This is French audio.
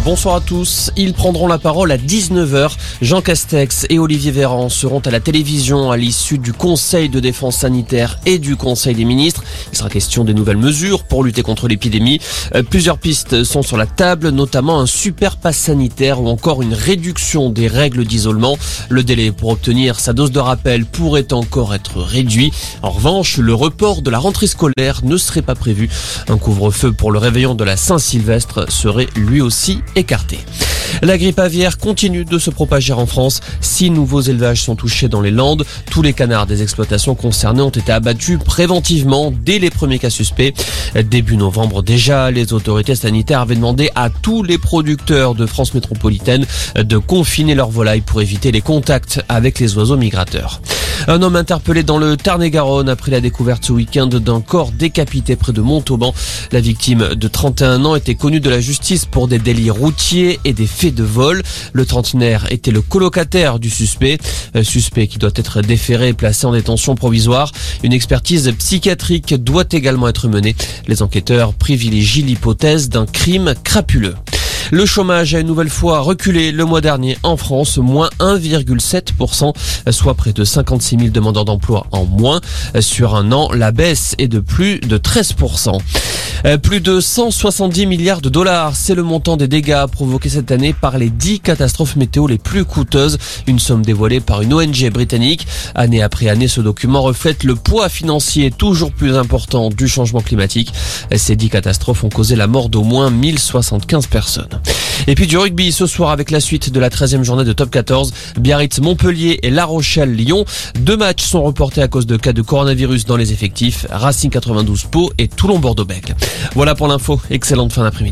Bonsoir à tous. Ils prendront la parole à 19h. Jean Castex et Olivier Véran seront à la télévision à l'issue du Conseil de défense sanitaire et du Conseil des ministres. Il sera question des nouvelles mesures pour lutter contre l'épidémie. Plusieurs pistes sont sur la table, notamment un super pass sanitaire ou encore une réduction des règles d'isolement. Le délai pour obtenir sa dose de rappel pourrait encore être réduit. En revanche, le report de la rentrée scolaire ne serait pas prévu. Un couvre-feu pour le réveillon de la Saint-Sylvestre serait lui aussi écarté. La grippe aviaire continue de se propager en France. 6 nouveaux élevages sont touchés dans les Landes. Tous les canards des exploitations concernées ont été abattus préventivement dès les premiers cas suspects. Début novembre déjà, les autorités sanitaires avaient demandé à tous les producteurs de France métropolitaine de confiner leurs volailles pour éviter les contacts avec les oiseaux migrateurs. Un homme interpellé dans le Tarn-et-Garonne après la découverte ce week-end d'un corps décapité près de Montauban. La victime de 31 ans était connue de la justice pour des délits routiers et des faits de vol. Le trentenaire était le colocataire du suspect. Suspect qui doit être déféré et placé en détention provisoire. Une expertise psychiatrique doit également être menée. Les enquêteurs privilégient l'hypothèse d'un crime crapuleux. Le chômage a une nouvelle fois reculé le mois dernier en France, moins 1,7%, soit près de 56 000 demandeurs d'emploi en moins. Sur un an, la baisse est de plus de 13%. Plus de 170 milliards de dollars, c'est le montant des dégâts provoqués cette année par les 10 catastrophes météo les plus coûteuses. Une somme dévoilée par une ONG britannique. Année après année, ce document reflète le poids financier toujours plus important du changement climatique. Ces 10 catastrophes ont causé la mort d'au moins 1075 personnes. Et puis du rugby ce soir avec la suite de la 13e journée de Top 14. Biarritz-Montpellier et La Rochelle-Lyon. 2 matchs sont reportés à cause de cas de coronavirus dans les effectifs. Racing 92 Pau et Toulon-Bordeaux-Bègles. Voilà pour l'info. Excellente fin d'après-midi.